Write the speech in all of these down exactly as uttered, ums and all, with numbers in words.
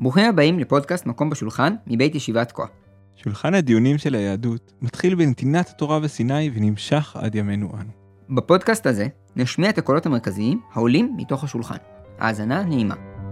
ברוכים הבאים לפודקאסט מקום בשולחן מבית ישיבת כה. שולחן הדיונים של היהדות מתחיל בנתינת התורה בסיני ונמשך עד ימינו אנו. בפודקאסט הזה נשמיע את הקולות המרכזיים העולים מתוך השולחן. האזנה נעימה.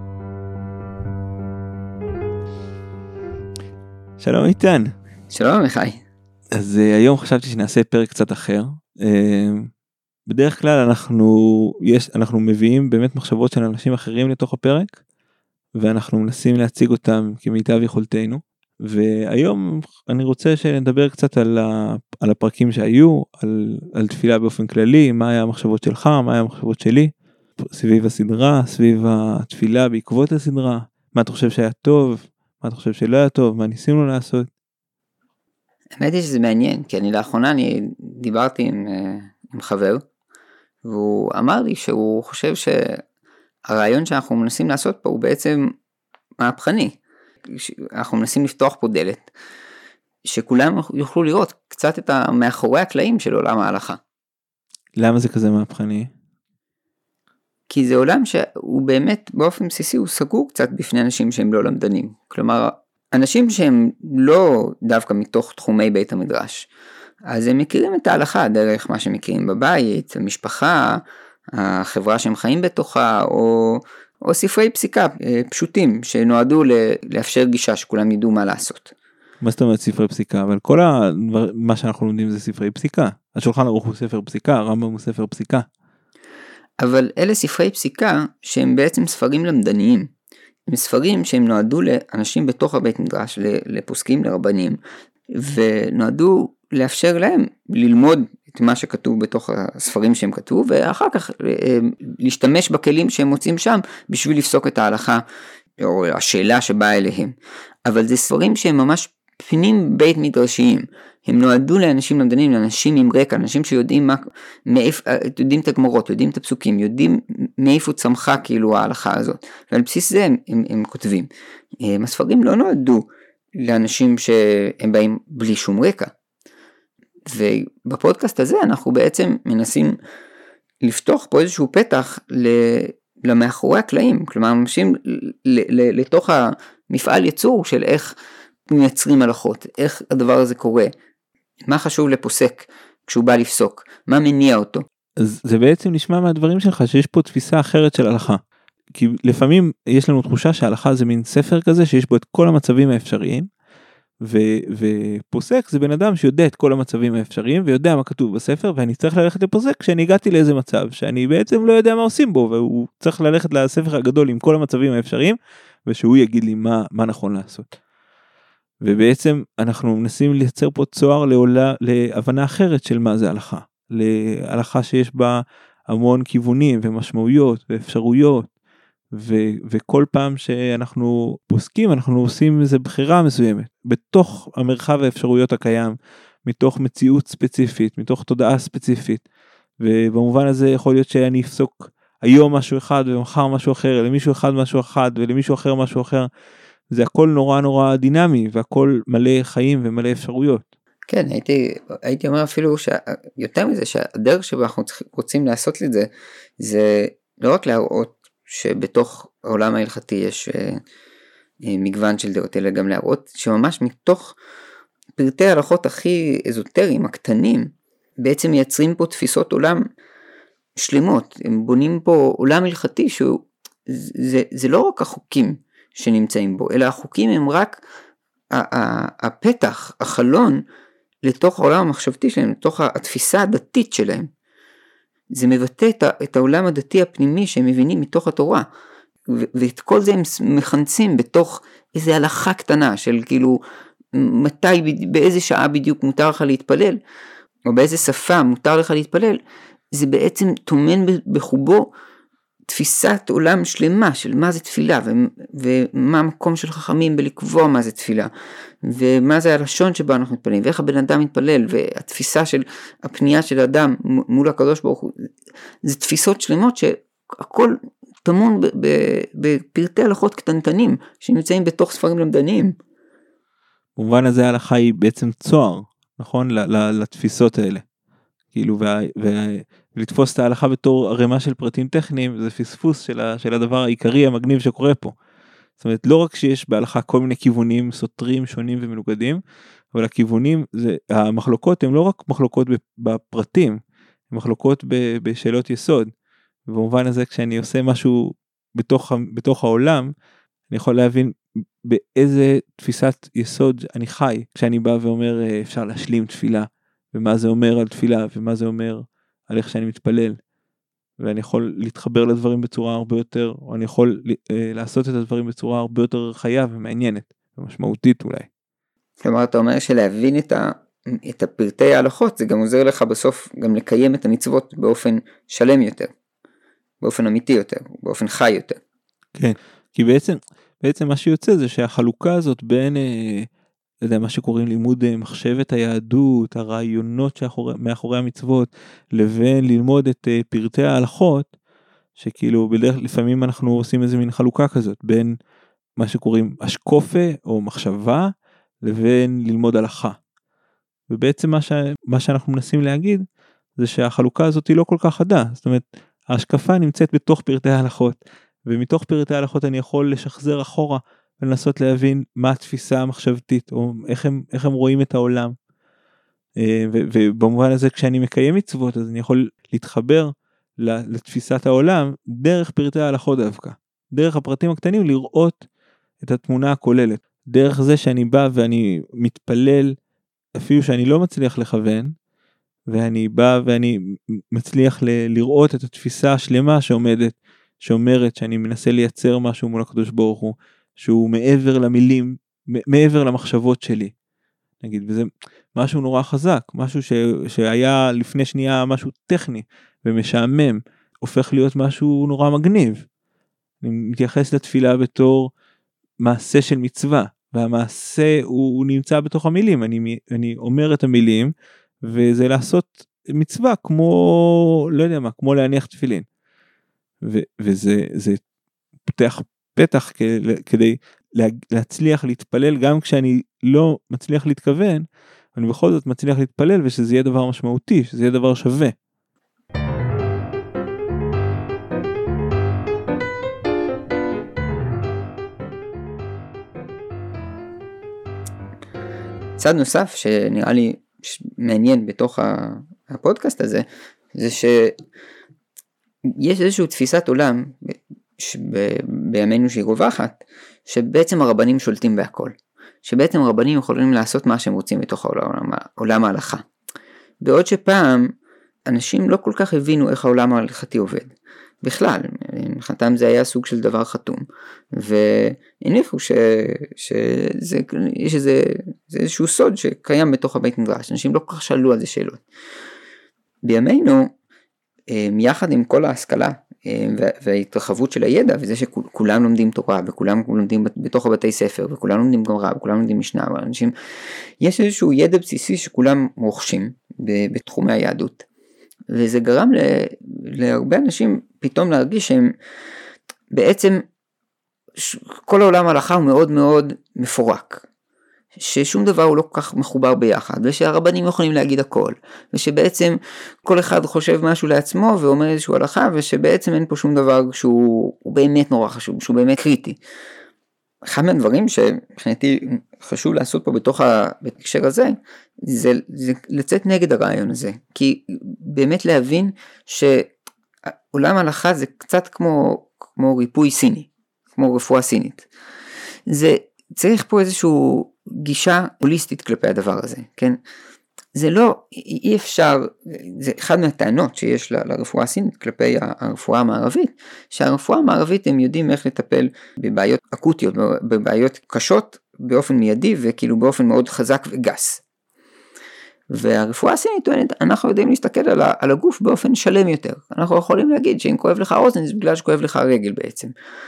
שלום איתן. שלום עמיחי. אז uh, היום חשבתי שנעשה פרק קצת אחר. Uh, בדרך כלל אנחנו, יש, אנחנו מביאים באמת מחשבות של אנשים אחרים לתוך הפרק, ואנחנו מנסים להציג אותם כמיטב יכולתנו. והיום אני רוצה שנדבר קצת על, ה, על הפרקים שהיו, על, על תפילה באופן כללי, מה היה המחשבות שלך, מה היה המחשבות שלי, סביב הסדרה, סביב התפילה בעקבות הסדרה, מה אתה חושב שהיה טוב, מה אתה חושב שלא היה טוב, מה ניסינו לעשות. האמת היא שזה מעניין, כי אני לאחרונה אני דיברתי עם, עם חבר, והוא אמר לי שהוא חושב שהרעיון שאנחנו מנסים לעשות פה הוא בעצם מהפכני. אנחנו מנסים לפתוח פה דלת, שכולם יוכלו לראות קצת את מאחורי הקלעים של עולם ההלכה. למה זה כזה מהפכני? כי זה עולם שהוא באמת באופן בסיסי הוא סגור קצת בפני אנשים שהם לא למדנים. כלומר, אנשים שהם לא דווקא מתוך תחומי בית המדרש, אז הם מכירים את ההלכה דרך מה שהם מכירים בבית, המשפחה, החברה שהם חיים בתוכה, או, או ספרי פסיקה פשוטים שנועדו לאפשר גישה שכולם ידעו מה לעשות. מה זאת אומרת ספרי פסיקה? אבל כל ה... מה שאנחנו לומדים זה ספרי פסיקה. השולחן ערוך הוא ספר פסיקה, הרמב"ם הוא ספר פסיקה. אבל אלה ספרי פסיקה שהם בעצם ספרים למדניים. הם ספרים שהם נועדו לאנשים בתוך הבית מדרש, לפוסקים, לרבנים, ונועדו לאפשר להם ללמוד את מה שכתוב בתוך הספרים שהם כתבו, ואחר כך להשתמש בכלים שהם מוצאים שם, בשביל לפסוק את ההלכה, או השאלה שבאה אליהם. אבל זה ספרים שהם ממש פנים בית מדרשיים, הם נועדו לאנשים למדנים, לאנשים עם רקע, אנשים שיודעים מה, מאיפה, יודעים את הגמרות, יודעים את הפסוקים, יודעים מאיפה צמחה כאילו ההלכה הזאת, ועל בסיס זה הם, הם, הם כותבים. הספרים לא נועדו לאנשים שהם באים בלי שום רקע, ובפודקאסט הזה אנחנו בעצם מנסים לפתוח פה איזשהו פתח למאחורי הקלעים, כלומר אנשים לתוך המפעל יצור של איך מייצרים הלכות, איך הדבר הזה קורה, מה חשוב לפוסק כשהוא בא לפסוק, מה מניע אותו. אז זה בעצם נשמע מהדברים שלך שיש פה תפיסה אחרת של הלכה, כי לפעמים יש לנו תחושה שההלכה זה מין ספר כזה שיש בו את כל המצבים האפשריים, ו- ופוסק זה בן אדם שיודע את כל המצבים האפשריים ויודע מה כתוב בספר, ואני צריך ללכת לפוסק כשאני הגעתי לאיזה מצב שאני בעצם לא יודע מה עושים בו, והוא צריך ללכת לספר הגדול עם כל המצבים האפשריים, ושהוא יגיד לי מה, מה נכון לעשות. ובעצם אנחנו מנסים לייצר פה צוהר לעולה, להבנה אחרת של מה זה הלכה. להלכה שיש בה המון כיוונים ומשמעויות ואפשרויות, ו- וכל פעם שאנחנו פוסקים, אנחנו עושים איזו בחירה מסוימת, בתוך המרחב האפשרויות הקיים, מתוך מציאות ספציפית, מתוך תודעה ספציפית, ובמובן הזה יכול להיות שאני אפסוק היום משהו אחד ומחר משהו אחר, למישהו אחד משהו אחד ולמישהו אחר משהו אחר, זה הכל נורא נורא דינמי, והכל מלא חיים ומלא אפשרויות. כן, הייתי, הייתי אומר אפילו שיותר מזה, שהדרך שבה אנחנו רוצים לעשות את זה, זה לא רק להראות שבתוך העולם ההלכתי יש מגוון של דעות, אלא גם להראות שממש מתוך פרטי ההלכות הכי אזוטריים, הקטנים, בעצם מייצרים פה תפיסות עולם שלמות, הם בונים פה עולם הלכתי שהוא, זה, זה לא רק החוקים שנמצאים בו, אלא החוקים הם רק הפתח, החלון, לתוך העולם המחשבתי שלהם, לתוך התפיסה הדתית שלהם. זה מבטא את העולם הדתי הפנימי שהם מבינים מתוך התורה, ואת כל זה הם מחנצים בתוך איזו הלכה קטנה של כאילו, מתי, באיזה שעה בדיוק מותר לך להתפלל, או באיזה שפה מותר לך להתפלל, זה בעצם תומן בחובו, תפיסת עולם שלמה של מה זה תפילה, ומה המקום של חכמים בלקבוע מה זה תפילה, ומה זה הלשון שבה אנחנו מתפללים, ואיך הבן אדם מתפלל, והתפיסה של הפנייה של האדם מול הקדוש ברוך הוא, זה תפיסות שלמות שהכל טמון בפרטי הלכות קטנטנים, שנמצאים בתוך ספרים למדניים. במובן הזה ההלכה היא בעצם צוהר, נכון? לתפיסות האלה. כאילו, ולתפוס את ההלכה בתור הרמה של פרטים טכניים, זה פספוס של הדבר העיקרי המגניב שקורה פה. זאת אומרת, לא רק שיש בהלכה כל מיני כיוונים סותרים, שונים ומנוגדים, אבל הכיוונים, זה, המחלוקות הן לא רק מחלוקות בפרטים, הן מחלוקות ב, בשאלות יסוד. ובמובן הזה, כשאני עושה משהו בתוך, בתוך העולם, אני יכול להבין באיזה תפיסת יסוד אני חי, כשאני בא ואומר, אפשר להשלים תפילה, ומה זה אומר על תפילה, ומה זה אומר על איך שאני מתפלל. ואני יכול להתחבר לדברים בצורה הרבה יותר, או אני יכול אה, לעשות את הדברים בצורה הרבה יותר חיה ומעניינת, ומשמעותית אולי. כלומר, אתה אומר שלהבין את, ה, את הפרטי ההלכות, זה גם עוזר לך בסוף גם לקיים את המצוות באופן שלם יותר, באופן אמיתי יותר, באופן חי יותר. כן, כי בעצם, בעצם מה שיוצא זה שהחלוקה הזאת בין, אה, לא יודע, מה שקוראים לימוד מחשבת היהדות, הרעיונות שאחורי, מאחורי המצוות, לבין ללמוד את אה, פרטי ההלכות, שכאילו בדרך לפעמים אנחנו עושים איזה מין חלוקה כזאת, בין מה שקוראים אשקופה או מחשבה, לבין ללמוד הלכה. ובעצם מה, ש... מה שאנחנו מנסים להגיד, זה שהחלוקה הזאת היא לא כל כך חדה, זאת אומרת, ההשקפה נמצאת בתוך פרטי ההלכות, ומתוך פרטי ההלכות אני יכול לשחזר אחורה, ולנסות להבין מה התפיסה המחשבתית, או איך הם, איך הם רואים את העולם. ו... ובמובן הזה, כשאני מקיים מצוות, אז אני יכול להתחבר לתפיסת העולם, דרך פרטי ההלכות דווקא. דרך הפרטים הקטנים, לראות את התמונה הכוללת. דרך זה שאני בא ואני מתפלל, אפילו שאני לא מצליח לכוון, ואני בא ואני מצליח ל- לראות את התפיסה השלמה שעומדת, שאומרת שאני מנסה לייצר משהו מול הקדוש ברוך הוא, שהוא מעבר למילים, מעבר למחשבות שלי. נגיד, וזה משהו נורא חזק, משהו ש- שהיה לפני שנייה משהו טכני ומשעמם, הופך להיות משהו נורא מגניב. אני מתייחס לתפילה בתור מעשה של מצווה, והמעשה הוא, הוא נמצא בתוך המילים, אני, אני אומר את המילים, וזה לעשות מצווה כמו, לא יודע מה, כמו להניח תפילין. ו, וזה זה פתח פתח כדי להצליח להתפלל, גם כשאני לא מצליח להתכוון, אני בכל זאת מצליח להתפלל, ושזה יהיה דבר משמעותי, שזה יהיה דבר שווה. צד נוסף שנראה לי מעניין בתוך הפודקאסט הזה, זה שיש איזושהי תפיסת עולם בימינו שהיא רווחת, שבעצם הרבנים שולטים בהכל, שבעצם הרבנים יכולים לעשות מה שהם רוצים בתוך העולם, עולם ההלכה. בעוד שפעם אנשים לא כל כך הבינו איך העולם ההלכתי עובד. בכלל, מבחינתם זה היה סוג של דבר חתום, והניחו ש, שזה, יש איזה, זה איזשהו סוד שקיים בתוך הבית מדרש, אנשים לא כל כך שאלו על זה שאלות. בימינו, יחד עם כל ההשכלה, וההתרחבות של הידע, וזה שכולם לומדים תורה, וכולם לומדים בתוך הבתי ספר, וכולם לומדים גמרא, וכולם לומדים משנה, ואנשים, יש איזשהו ידע בסיסי שכולם רוכשים בתחומי היהדות. וזה גרם להרבה אנשים פתאום להרגיש שהם בעצם כל העולם ההלכה הוא מאוד מאוד מפורק, ששום דבר הוא לא כל כך מחובר ביחד, ושהרבנים יכולים להגיד הכל, ושבעצם כל אחד חושב משהו לעצמו ואומר איזשהו הלכה, ושבעצם אין פה שום דבר שהוא באמת נורא חשוב, שהוא באמת קריטי. אחד מהדברים שמבחינתי חשוב לעשות פה בתוך ההקשר הזה, זה, זה לצאת נגד הרעיון הזה, כי באמת להבין שעולם ההלכה זה קצת כמו, כמו ריפוי סיני, כמו רפואה סינית. זה צריך פה איזושהי גישה הוליסטית כלפי הדבר הזה, כן? זה לא, אי אפשר, זה אחד מהטענות שיש לרפואה הסינית כלפי הרפואה המערבית, שהרפואה המערבית הם יודעים איך לטפל בבעיות אקוטיות, בבעיות קשות באופן מיידי וכאילו באופן מאוד חזק וגס. והרפואה הסינית טוענת, אנחנו יודעים להסתכל על, על הגוף באופן שלם יותר. אנחנו יכולים להגיד שאם כואב לך האוזן זה בגלל שכואב לך הרגל בעצם.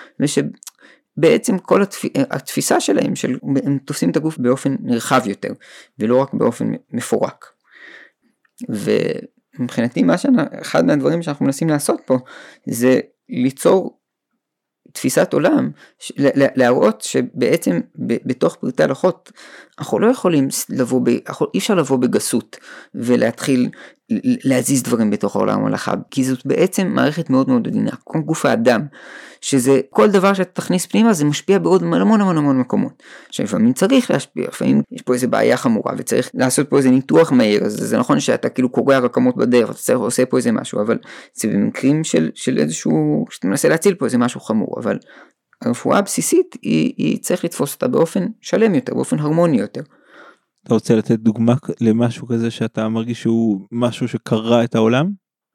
ושבעצם כל התפ... התפיסה שלהם, של... הם תופסים את הגוף באופן נרחב יותר, ולא רק באופן מפורק. ומבחינתי מה שאני, אחד מהדברים שאנחנו מנסים לעשות פה, זה ליצור תפיסת עולם, להראות שבעצם בתוך פרטי הלכות, אנחנו לא יכולים לבוא, ב, אי אפשר לבוא בגסות, ולהתחיל להזיז דברים בתוך העולם ההלכה, כי זאת בעצם מערכת מאוד מאוד עדינה, כמו גוף האדם, שזה כל דבר שאתה תכניס פנימה זה משפיע בעוד המון המון המון מקומות, שלפעמים צריך להשפיע, לפעמים יש פה איזה בעיה חמורה וצריך לעשות פה איזה ניתוח מהיר, אז זה נכון שאתה כאילו קורע רקמות בדרך, אתה צריך עושה פה איזה משהו, אבל זה במקרים של, של איזשהו, שאתה מנסה להציל פה איזה משהו חמור, אבל הרפואה הבסיסית היא, היא צריך לתפוס אותה באופן שלם יותר, באופן הרמוני יותר. אתה רוצה לתת דוגמה למשהו כזה שאתה מרגיש שהוא משהו שקרה את העולם?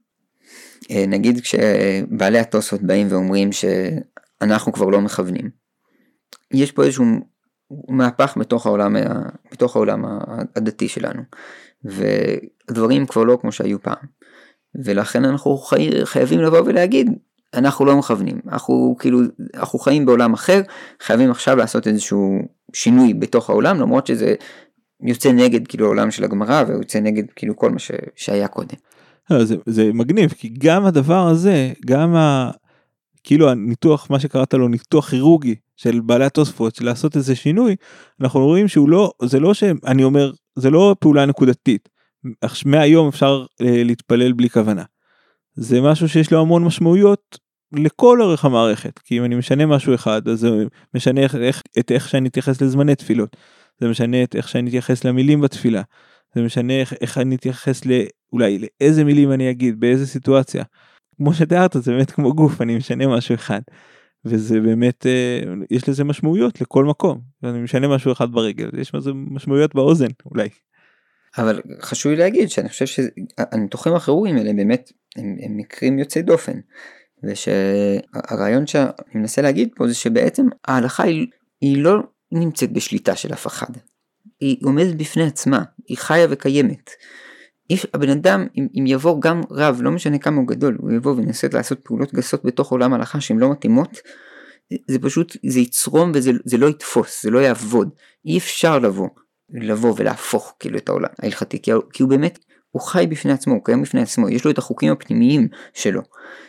נגיד כשבעלי התוספות באים ואומרים שאנחנו כבר לא מכוונים. יש פה איזשהו מהפך בתוך העולם, בתוך העולם הדתי שלנו. והדברים כבר לא כמו שהיו פעם. ולכן אנחנו חי, חייבים לבוא ולהגיד, אנחנו לא מכוונים. אנחנו כאילו, אנחנו חיים בעולם אחר, חייבים עכשיו לעשות איזשהו שינוי בתוך העולם, למרות שזה יוצא נגד כאילו העולם של הגמרא, ויוצא נגד כאילו כל מה ש, שהיה קודם. זה, זה מגניב, כי גם הדבר הזה, גם ה, כאילו הניתוח, מה שקראת לו, ניתוח כירורגי של בעלי התוספות, של לעשות איזה שינוי, אנחנו רואים שהוא לא, זה לא שאני אומר, זה לא פעולה נקודתית, מהיום אפשר להתפלל בלי כוונה. זה משהו שיש לו המון משמעויות לכל אורך המערכת, כי אם אני משנה משהו אחד, אז זה משנה איך, את איך שאני אתייחס לזמני תפילות, זה משנה את איך שאני אתייחס למילים בתפילה, זה משנה איך, איך אני אתייחס לא, אולי לאיזה מילים אני אגיד, באיזה סיטואציה. כמו שתיארת, זה באמת כמו גוף, אני משנה משהו אחד. וזה באמת, יש לזה משמעויות לכל מקום. אני משנה משהו אחד ברגל, יש לזה משמעויות באוזן, אולי. אבל חשוב לי להגיד שאני חושב שהניתוחים הכירורגיים האלה באמת, הם, הם מקרים יוצאי דופן. ושהרעיון שאני מנסה להגיד פה, זה שבעצם ההלכה היא, היא לא נמצאת בשליטה של אף אחד. היא עומדת בפני עצמה, היא חיה וקיימת. הבן אדם, אם, אם יבוא גם רב, לא משנה כמה הוא גדול, הוא יבוא ונסה לעשות פעולות גסות בתוך עולם ההלכה שהן לא מתאימות, זה פשוט, זה יצרום וזה זה לא יתפוס, זה לא יעבוד. אי אפשר לבוא, לבוא ולהפוך כאילו את העולם ההלכתי, כי, כי הוא באמת, הוא חי בפני עצמו, הוא קיים בפני עצמו, יש לו את החוקים הפנימיים שלו.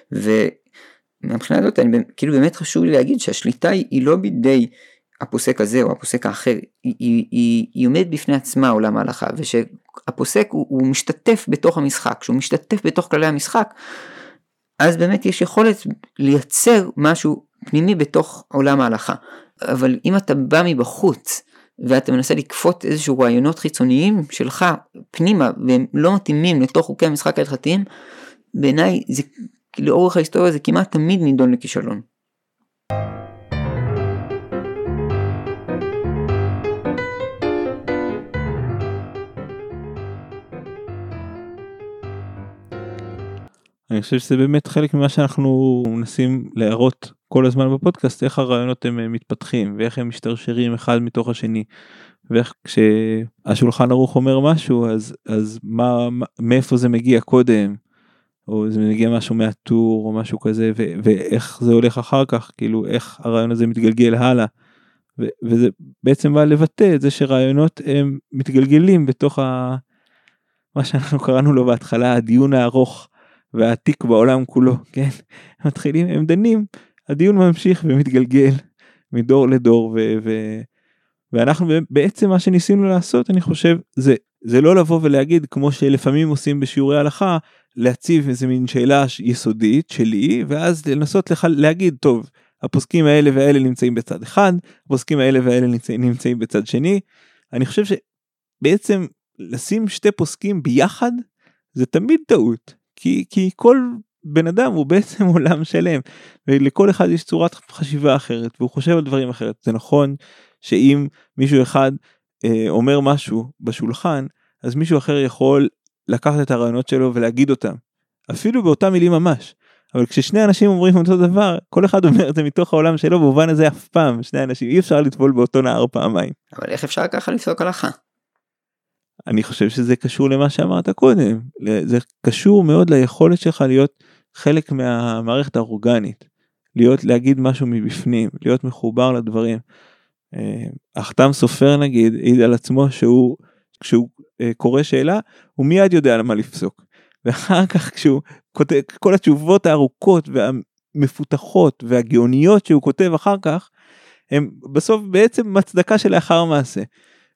ומבחינה הזאת, אני, כאילו באמת חשוב לי להגיד שהשליטה היא, היא לא בידי הפוסק הזה או הפוסק האחר, היא, היא, היא, היא עומדת בפני עצמה עולם ההלכה, ושהפוסק הוא, הוא משתתף בתוך המשחק, כשהוא משתתף בתוך כללי המשחק, אז באמת יש יכולת לייצר משהו פנימי בתוך עולם ההלכה. אבל אם אתה בא מבחוץ, ואתה מנסה לקפות איזשהו רעיונות חיצוניים שלך פנימה, והם לא מתאימים לתוך חוקי המשחק ההלכתיים, בעיניי זה, לאורך ההיסטוריה זה כמעט תמיד נידון לכישלון. אני חושב שזה באמת חלק ממה שאנחנו מנסים להראות כל הזמן בפודקאסט, איך הרעיונות הם מתפתחים, ואיך הם משתרשרים אחד מתוך השני, ואיך כשהשולחן ערוך אומר משהו, אז, אז מה, מאיפה זה מגיע קודם, או זה מגיע משהו מהטור, או משהו כזה, ו, ואיך זה הולך אחר כך, כאילו איך הרעיון הזה מתגלגל הלאה, ו, וזה בעצם בא לבטא את זה שרעיונות הם מתגלגלים בתוך ה, מה שאנחנו קראנו לו בהתחלה, הדיון הארוך, והעתיק בעולם כולו, כן? הם מתחילים, הם דנים, הדיון ממשיך ומתגלגל מדור לדור, ו- ו- ואנחנו בעצם מה שניסינו לעשות, אני חושב, זה, זה לא לבוא ולהגיד, כמו שלפעמים עושים בשיעורי הלכה, להציב איזה מין שאלה יסודית שלי, ואז לנסות לך להגיד, טוב, הפוסקים האלה והאלה נמצאים בצד אחד, הפוסקים האלה והאלה נמצאים, נמצאים בצד שני. אני חושב שבעצם לשים שתי פוסקים ביחד, זה תמיד טעות. כי, כי כל בן אדם הוא בעצם עולם שלם, ולכל אחד יש צורת חשיבה אחרת, והוא חושב על דברים אחרת. זה נכון שאם מישהו אחד אה, אומר משהו בשולחן, אז מישהו אחר יכול לקחת את הרעיונות שלו ולהגיד אותם, אפילו באותם מילים ממש. אבל כששני אנשים אומרים אותו דבר, כל אחד אומר את זה מתוך העולם שלו, במובן הזה אף פעם, שני אנשים, אי אפשר לטבול באותו נהר פעמיים. אבל איך אפשר ככה לפסוק הלכה? אני חושב שזה קשור למה שאמרת קודם, זה קשור מאוד ליכולת שלך להיות חלק מהמערכת האורגנית, להיות להגיד משהו מבפנים, להיות מחובר לדברים. החתם סופר נגיד, העיד על עצמו שהוא, כשהוא קורא שאלה, הוא מיד יודע על מה לפסוק, ואחר כך כשהוא כותב, כל התשובות הארוכות והמפותחות והגאוניות שהוא כותב אחר כך, הם בסוף בעצם מצדקה שלאחר מעשה.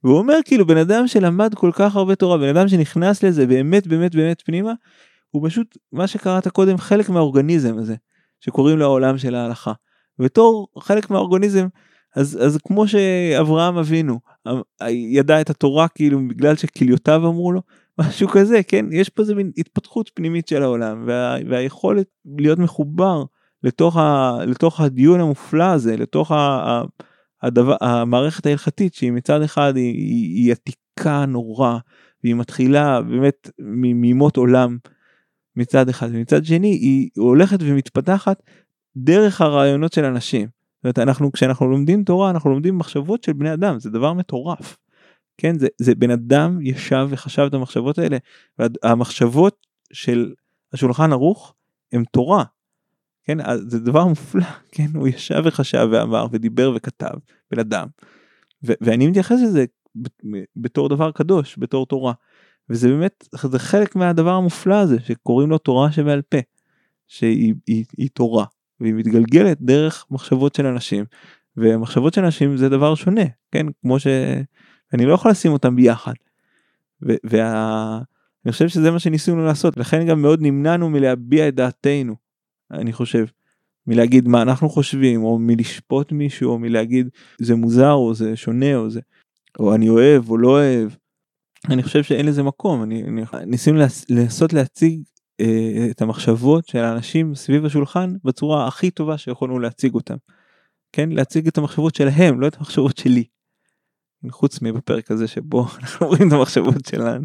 והוא אומר כאילו בן אדם שלמד כל כך הרבה תורה, בן אדם שנכנס לזה באמת באמת באמת פנימה, הוא פשוט מה שקראת קודם חלק מהאורגניזם הזה, שקוראים לו העולם של ההלכה. בתור חלק מהאורגניזם, אז, אז כמו שאברהם אבינו ידע את התורה כאילו בגלל שכליותיו אמרו לו, משהו כזה, כן? יש פה איזה מין התפתחות פנימית של העולם, וה, והיכולת להיות מחובר לתוך, ה, לתוך הדיון המופלא הזה, לתוך ה, ה, הדבר, המערכת ההלכתית, שהיא מצד אחד היא, היא, היא עתיקה נורא, והיא מתחילה באמת ממות עולם מצד אחד, ומצד שני היא הולכת ומתפתחת דרך הרעיונות של אנשים. זאת אומרת, אנחנו, כשאנחנו לומדים תורה, אנחנו לומדים מחשבות של בני אדם, זה דבר מטורף. כן, זה, זה בן אדם ישב וחשב את המחשבות האלה, והמחשבות של השולחן ערוך הם תורה, כן, זה דבר מופלא, כן, הוא ישב וחשב ואמר ודיבר וכתב, בן אדם, ו- ואני מתייחס לזה בתור דבר קדוש, בתור תורה, וזה באמת, זה חלק מהדבר המופלא הזה, שקוראים לו תורה שבעל פה, שהיא היא, היא תורה, והיא מתגלגלת דרך מחשבות של אנשים, ומחשבות של אנשים זה דבר שונה, כן, כמו ש... אני לא יכול לשים אותם ביחד, ואני וה... חושב שזה מה שניסינו לעשות, לכן גם מאוד נמנענו מלהביע את דעתנו, אני חושב, מלהגיד מה אנחנו חושבים, או מלשפוט מישהו, או מלהגיד זה מוזר, או זה שונה, או זה, או אני אוהב, או לא אוהב, אני חושב שאין לזה מקום, אני, אני... ניסינו לנסות להציג אה, את המחשבות של האנשים סביב השולחן, בצורה הכי טובה שיכולנו להציג אותם, כן, להציג את המחשבות שלהם, לא את המחשבות שלי, חוץ מבפרק הזה שבו אנחנו רואים את המחשבות שלנו.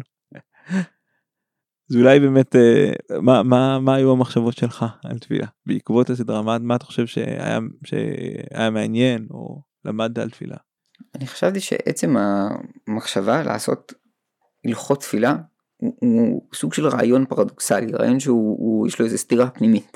אז אולי באמת, מה, מה, מה היו המחשבות שלך על תפילה? בעקבות הסדרה, מה, מה אתה חושב שהיה, שהיה מעניין או למדת על תפילה? אני חשבתי שעצם המחשבה לעשות הלכות תפילה, הוא, הוא סוג של רעיון פרדוקסלי, רעיון שהוא, הוא, יש לו איזו סתירה פנימית.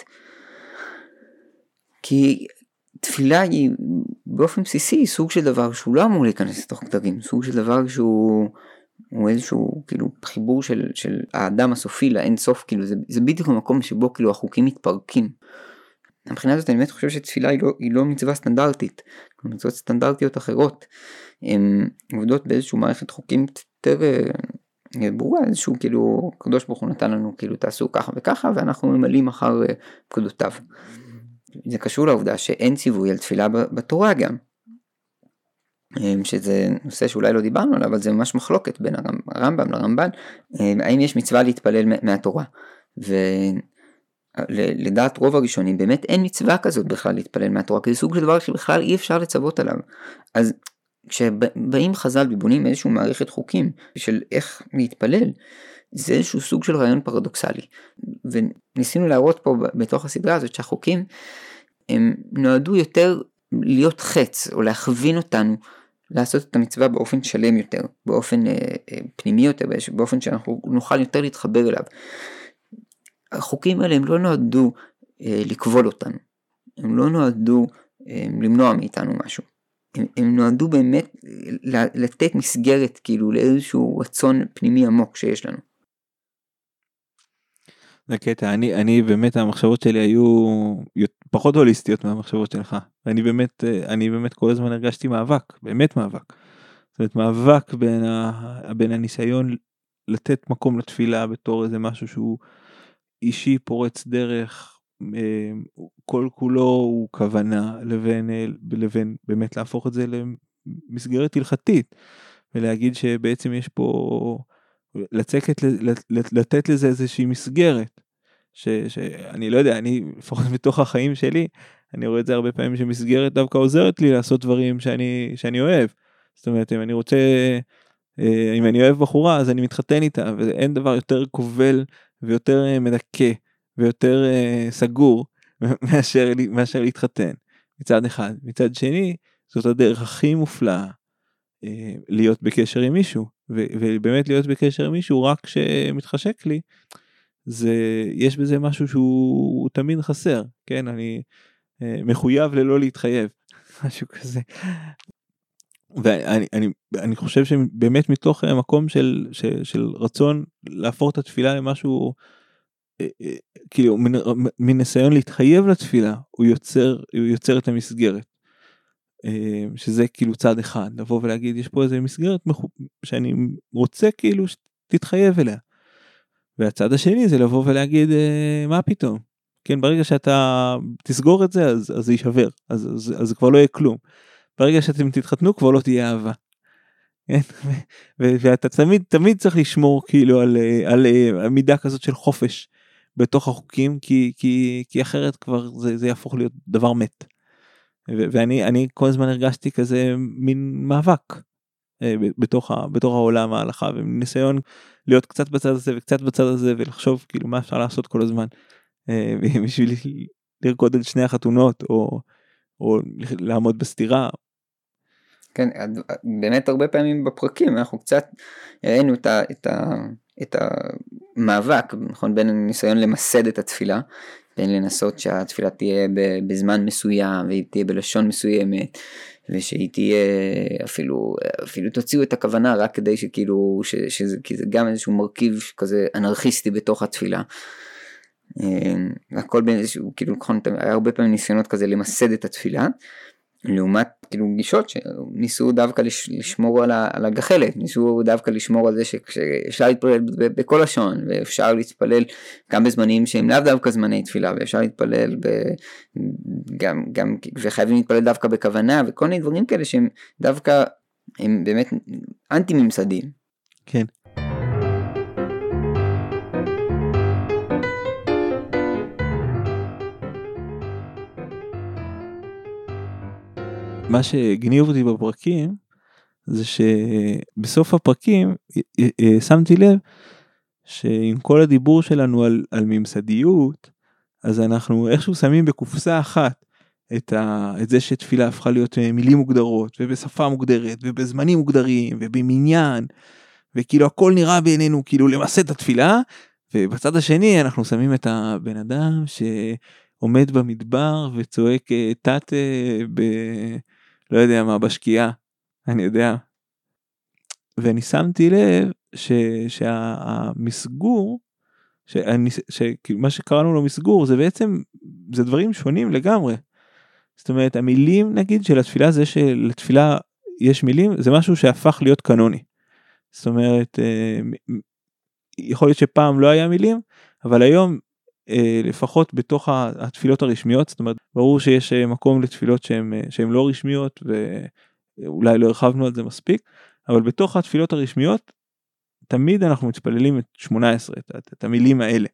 כי תפילה היא באופן בסיסי סוג של דבר שהוא לא אמור להיכנס לתוך כתרים, סוג של דבר שהוא הוא איזשהו כאילו חיבור של, של האדם הסופי לאין סוף, כאילו זה, זה בדיוק המקום שבו כאילו החוקים מתפרקים. מבחינה הזאת אני באמת חושב שתפילה היא לא, היא לא מצווה סטנדרטית, מצוות סטנדרטיות אחרות, הן עובדות באיזשהו מערכת חוקים יותר ברורה, איזשהו כאילו קדוש ברוך הוא נתן לנו כאילו תעשו ככה וככה ואנחנו ממלאים אחר פקודותיו. זה קשור לעובדה שאין ציווי על תפילה בתורה גם, שזה נושא שאולי לא דיברנו עליו, אבל זה ממש מחלוקת בין הרמב"ם לרמב"ן, האם יש מצווה להתפלל מהתורה, ולדעת רוב הראשונים באמת אין מצווה כזאת בכלל להתפלל מהתורה, כי זה סוג של דבר שבכלל אי אפשר לצוות עליו. אז כשבאים חז"ל ובונים איזשהו מערכת חוקים של איך להתפלל, זה איזשהו סוג של רעיון פרדוקסלי, וניסינו להראות פה בתוך הסדרה הזאת שהחוקים הם נועדו יותר להיות חץ או להכווין אותנו לעשות את המצווה באופן שלם יותר, באופן אה, אה, פנימי יותר, באופן שאנחנו נוכל יותר להתחבר אליו. החוקים האלה הם לא נועדו אה, לקבול אותנו, הם לא נועדו אה, למנוע מאיתנו משהו, הם, הם נועדו באמת לתת מסגרת כאילו לאיזשהו רצון פנימי עמוק שיש לנו. זה קטע, אני, אני באמת המחשבות שלי היו פחות הוליסטיות מהמחשבות שלך, ואני באמת, אני באמת כל הזמן הרגשתי מאבק, באמת מאבק, זאת אומרת מאבק בין, ה, בין הניסיון לתת מקום לתפילה בתור איזה משהו שהוא אישי פורץ דרך, כל כולו הוא כוונה, לבין, לבין באמת להפוך את זה למסגרת הלכתית, ולהגיד שבעצם יש פה לצקת, לתת לזה איזושהי מסגרת, ש, שאני לא יודע, אני לפחות בתוך החיים שלי, אני רואה את זה הרבה פעמים שמסגרת דווקא עוזרת לי לעשות דברים שאני, שאני אוהב. זאת אומרת, אם אני רוצה, אם אני אוהב בחורה, אז אני מתחתן איתה, ואין דבר יותר כובל ויותר מדכא ויותר סגור מאשר, מאשר להתחתן. מצד אחד. מצד שני, זאת הדרך הכי מופלאה להיות בקשר עם מישהו, ובאמת להיות בקשר עם מישהו רק שמתחשק לי, זה, יש בזה משהו שהוא תמיד חסר, כן, אני מחויב ללא להתחייב, משהו כזה. ואני אני, אני חושב שבאמת מתוך מקום של, של, של רצון להפוך את התפילה למשהו, כאילו מניסיון להתחייב לתפילה, הוא יוצר, הוא יוצר את המסגרת. שזה כאילו צד אחד, לבוא ולהגיד, יש פה איזה מסגרת שאני רוצה כאילו שתתחייב אליה. והצד השני זה לבוא ולהגיד, מה פתאום? כן, ברגע שאתה תסגור את זה, אז, אז זה יישבר, אז, אז, אז כבר לא יהיה כלום. ברגע שאתם תתחתנו, כבר לא תהיה אהבה. כן? ואתה תמיד, תמיד צריך לשמור כאילו על, על, על מידה כזאת של חופש בתוך החוקים, כי, כי, כי אחרת כבר זה, זה יהפוך להיות דבר מת. ואני, אני כל הזמן הרגשתי כזה מין מאבק בתוך, בתוך העולם ההלכה, וניסיון להיות קצת בצד הזה וקצת בצד הזה, ולחשוב כאילו מה אפשר לעשות כל הזמן, בשביל לרקוד על שני החתונות, או, או לעמוד בסתירה. כן, באמת הרבה פעמים בפרקים, אנחנו קצת ראינו את, ה, את, ה, את המאבק, נכון, בין הניסיון למסד את התפילה, בין לנסות שהתפילה תהיה בזמן מסוים, והיא תהיה בלשון מסוימת, ושהיא תהיה אפילו, אפילו תוציאו את הכוונה, רק כדי שכאילו, ש, שזה, כי זה גם איזשהו מרכיב כזה אנרכיסטי בתוך התפילה. הכל בין איזשהו, כאילו, נכון, היה הרבה פעמים ניסיונות כזה למסד את התפילה, לעומת כאילו גישות שניסו דווקא לשמור על, על הגחלת, ניסו דווקא לשמור על זה שאפשר להתפלל בכל לשון, ואפשר להתפלל גם בזמנים שהם לאו דווקא זמני תפילה, ואפשר להתפלל ב, גם, גם, וחייבים להתפלל דווקא בכוונה, וכל מיני דברים כאלה שהם דווקא, הם באמת אנטי ממסדיים. כן. מה שגניב אותי בפרקים, זה שבסוף הפרקים שמתי לב, שעם כל הדיבור שלנו על, על ממסדיות, אז אנחנו איכשהו שמים בקופסה אחת, את, ה, את זה שתפילה הפכה להיות מילים מוגדרות, ובשפה מוגדרת, ובזמנים מוגדרים, ובמניין, וכאילו הכל נראה בעינינו כאילו למסד את התפילה, ובצד השני אנחנו שמים את הבן אדם שעומד במדבר, וצועק תת ב... לא יודע מה, בשקיעה, אני יודע. ואני שמתי לב ש, שהמסגור, שאני, שמה שקראנו לו מסגור, זה בעצם, זה דברים שונים לגמרי. זאת אומרת, המילים, נגיד, של התפילה, זה שלתפילה יש מילים, זה משהו שהפך להיות קנוני. זאת אומרת, יכול להיות שפעם לא היה מילים, אבל היום, לפחות בתוך התפילות הרשמיות, זאת אומרת, ברור שיש מקום לתפילות שהן, שהן לא רשמיות, ואולי לא הרחבנו על זה מספיק, אבל בתוך התפילות הרשמיות, תמיד אנחנו מתפללים את שמונה עשרה, את, את המילים האלה.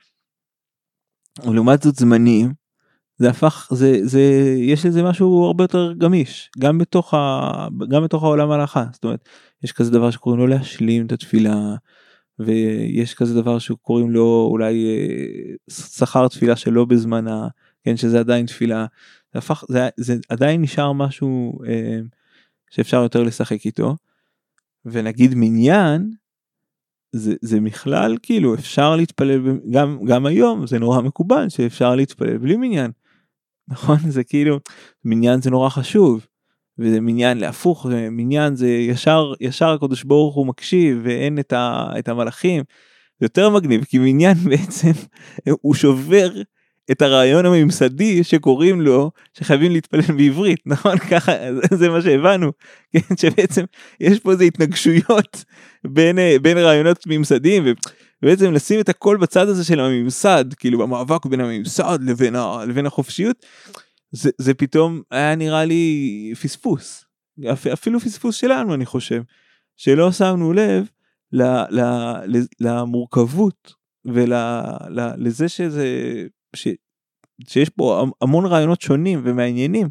ולעומת זאת זמנים, זה הפך, זה, זה, יש לזה משהו הרבה יותר גמיש, גם בתוך, ה, גם בתוך העולם ההלכה. זאת אומרת, יש כזה דבר שקוראים לו להשלים את התפילה, ויש כזה דבר שקוראים לו אולי שכר תפילה שלא בזמנה, כן, שזה עדיין תפילה. זה הפך, זה, זה עדיין נשאר משהו אה, שאפשר יותר לשחק איתו. ונגיד מניין, זה, זה מכלל, כאילו אפשר להתפלל, גם, גם היום זה נורא מקובל שאפשר להתפלל בלי מניין. נכון? זה כאילו, מניין זה נורא חשוב, וזה מניין להפוך, מניין זה ישר, ישר הקדוש ברוך הוא מקשיב, ואין את, ה, את המלאכים. זה יותר מגניב, כי מניין בעצם, הוא שובר את הרעיון הממסדי שקוראים לו, שחייבים להתפלל בעברית, נכון? ככה, זה מה שהבנו, כן? שבעצם יש פה איזה התנגשויות בין, בין רעיונות ממסדיים, ובעצם לשים את הכל בצד הזה של הממסד, כאילו במאבק בין הממסד לבין, ה, לבין החופשיות, זה, זה פתאום היה נראה לי פספוס, אפילו פספוס שלנו אני חושב, שלא שמנו לב ל, ל, ל, למורכבות, ולזה שזה, ש, שיש פה המון רעיונות שונים ומעניינים,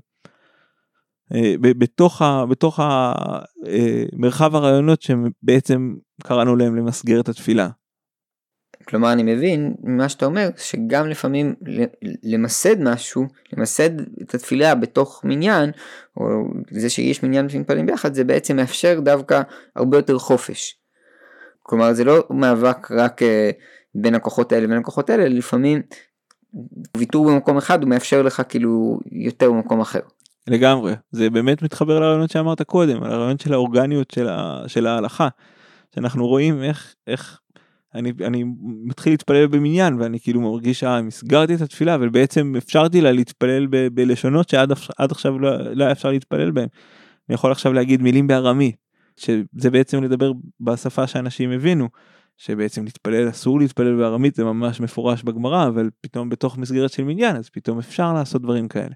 בתוך, ה, בתוך ה, מרחב הרעיונות שבעצם קראנו להם למסגר את התפילה. כלומר אני מבין מה שאתה אומר, שגם לפעמים למסד משהו, למסד את התפילה בתוך מניין, או זה שיש מניין ומתפללים ביחד, זה בעצם מאפשר דווקא הרבה יותר חופש. כלומר זה לא מאבק רק בין הכוחות האלה ובין הכוחות האלה, לפעמים ויתור במקום אחד הוא מאפשר לך כאילו יותר במקום אחר. לגמרי, זה באמת מתחבר לרעיונות שאמרת קודם, על הרעיון של האורגניות של, ה, של ההלכה, שאנחנו רואים איך, איך אני, אני מתחיל להתפלל במניין, ואני כאילו מרגיש שמסגרתי את התפילה, אבל בעצם אפשרתי לה להתפלל ב, בלשונות שעד עד עכשיו לא, לא היה אפשר להתפלל בהם. אני יכול עכשיו להגיד מילים בארמית, שזה בעצם לדבר בשפה שאנשים הבינו, שבעצם להתפלל, אסור להתפלל בארמית, זה ממש מפורש בגמרא, אבל פתאום בתוך מסגרת של מניין, אז פתאום אפשר לעשות דברים כאלה.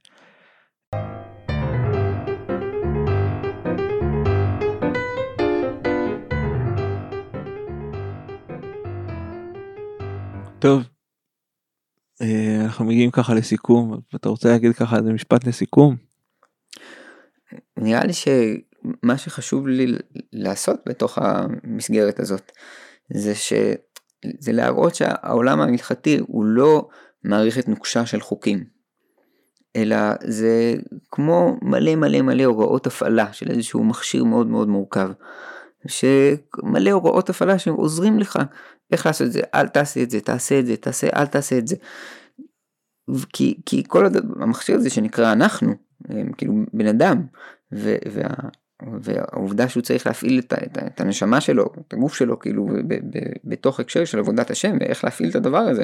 טוב, אנחנו מגיעים ככה לסיכום, אתה רוצה להגיד ככה איזה משפט לסיכום? נראה לי שמה שחשוב לי לעשות בתוך המסגרת הזאת, זה ש... זה להראות שהעולם ההלכתי הוא לא מערכת נוקשה של חוקים, אלא זה כמו מלא מלא מלא הוראות הפעלה של איזשהו מכשיר מאוד מאוד מורכב, שמלא הוראות הפעלה שעוזרים לך איך לעשות את זה, אל תעשה את זה, תעשה את זה, תעשה, אל תעשה את זה. כי, כי כל הד... המכשיר הזה שנקרא אנחנו, כאילו בן אדם, ו... וה... והעובדה שהוא צריך להפעיל את, את, את הנשמה שלו, את הגוף שלו, כאילו ב, ב, בתוך הקשר של עבודת השם, ואיך להפעיל את הדבר הזה.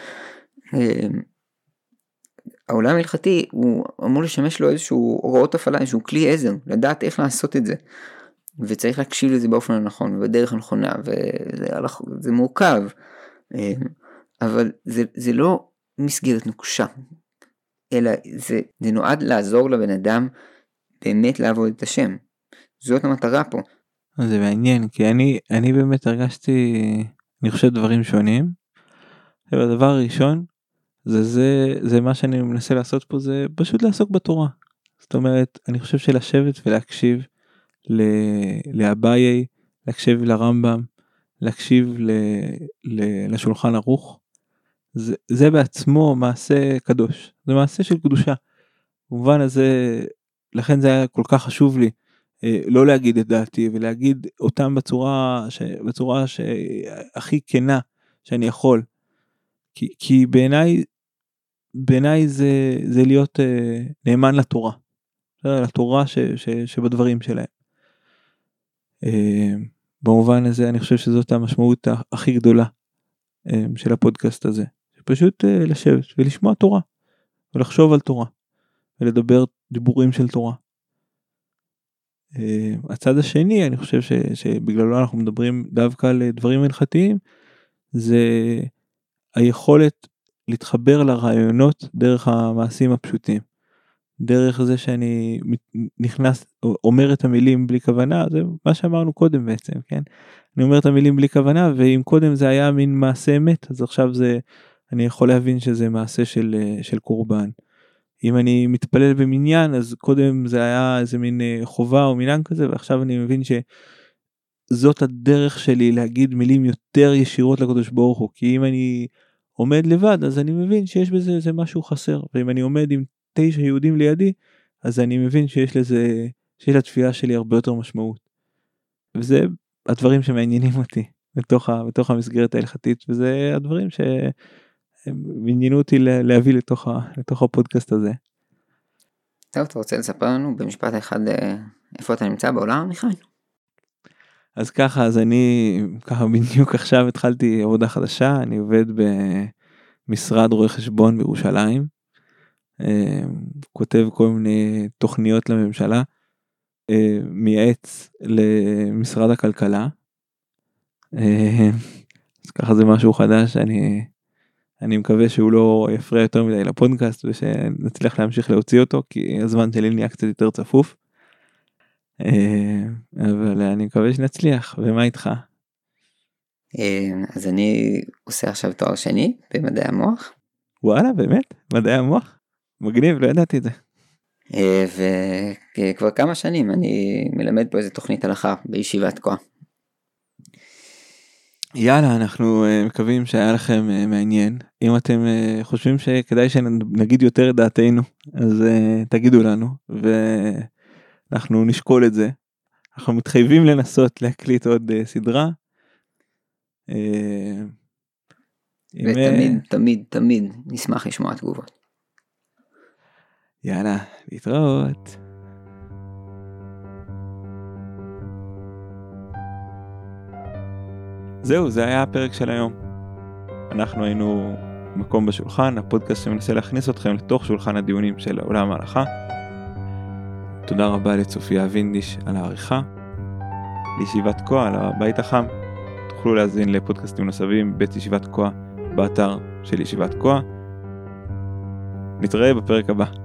העולם ההלכתי הוא אמור לשמש לו איזשהו הוראות הפעלה, איזשהו כלי עזר, לדעת איך לעשות את זה. וצריך להקשיב לזה באופן הנכון, ובדרך הנכונה, וזה זה מורכב. אבל זה, זה לא מסגרת נוקשה, אלא זה, זה נועד לעזור לבן אדם באמת לעבוד את השם. זאת המטרה פה. זה מעניין, כי אני, אני באמת הרגשתי, אני חושב דברים שונים. הדבר הראשון, זה, זה, זה מה שאני מנסה לעשות פה, זה פשוט לעסוק בתורה. זאת אומרת, אני חושב שלשבת ולהקשיב לאביי, להקשיב לרמב"ם, להקשיב ל, ל, לשולחן ערוך, זה, זה בעצמו מעשה קדוש. זה מעשה של קדושה. במובן הזה, לכן זה היה כל כך חשוב לי, לא להגיד את דעתי, ולהגיד אותם בצורה, ש... בצורה שהכי כנה שאני יכול. כי, כי בעיניי, בעיניי זה, זה להיות אה, נאמן לתורה. לתורה ש... ש... שבדברים שלהם. אה, במובן הזה אני חושב שזאת המשמעות הכי גדולה אה, של הפודקאסט הזה. פשוט אה, לשבת ולשמוע תורה. ולחשוב על תורה. ולדבר דיבורים של תורה. Uh, הצד השני, אני חושב ש, שבגללו אנחנו מדברים דווקא על דברים הלכתיים, זה היכולת להתחבר לרעיונות דרך המעשים הפשוטים. דרך זה שאני נכנס, אומר את המילים בלי כוונה, זה מה שאמרנו קודם בעצם, כן? אני אומר את המילים בלי כוונה, ואם קודם זה היה מין מעשה אמת, אז עכשיו זה, אני יכול להבין שזה מעשה של, של קורבן. אם אני מתפלל במניין, אז קודם זה היה איזה מין חובה או מינן כזה, ועכשיו אני מבין שזאת הדרך שלי להגיד מילים יותר ישירות לקדוש ברוך הוא, כי אם אני עומד לבד, אז אני מבין שיש בזה איזה משהו חסר, ואם אני עומד עם תשע יהודים לידי, אז אני מבין שיש לזה, שיש לתפילה שלי הרבה יותר משמעות. וזה הדברים שמעניינים אותי, בתוך, בתוך המסגרת ההלכתית, וזה הדברים ש... הם עניינו אותי להביא לתוך, לתוך הפודקאסט הזה. טוב, אתה רוצה לספר לנו במשפט אחד איפה אתה נמצא בעולם, עמיחי? אז ככה, אז אני ככה בדיוק עכשיו התחלתי עבודה חדשה, אני עובד במשרד רואי חשבון בירושלים, כותב כל מיני תוכניות לממשלה, מייעץ למשרד הכלכלה, אז ככה זה משהו חדש, אני... אני מקווה שהוא לא יפריע יותר מדי לפודקאסט, ושנצליח להמשיך להוציא אותו, כי הזמן שלי נהיה קצת יותר צפוף. אבל אני מקווה שנצליח, ומה איתך? אז אני עושה עכשיו תואר שני במדעי המוח. וואלה, באמת? מדעי המוח? מגניב, לא ידעתי את זה. וכבר כמה שנים אני מלמד פה איזה תוכנית הלכה בישיבת תקוע. יאללה, אנחנו מקווים שהיה לכם מעניין. אם אתם חושבים שכדאי שנגיד יותר את דעתנו, אז תגידו לנו, ואנחנו נשקול את זה. אנחנו מתחייבים לנסות להקליט עוד סדרה. ותמיד, תמיד, תמיד נשמח לשמוע תגובות. יאללה, להתראות. זהו, זה היה הפרק של היום. אנחנו היינו מקום בשולחן, הפודקאסט שמנסה להכניס אתכם לתוך שולחן הדיונים של עולם ההלכה. תודה רבה לצופיה וינדיש על העריכה, לישיבת כה על הבית החם. תוכלו להזין לפודקאסטים נוספים בית ישיבת כה באתר של ישיבת כה. נתראה בפרק הבא.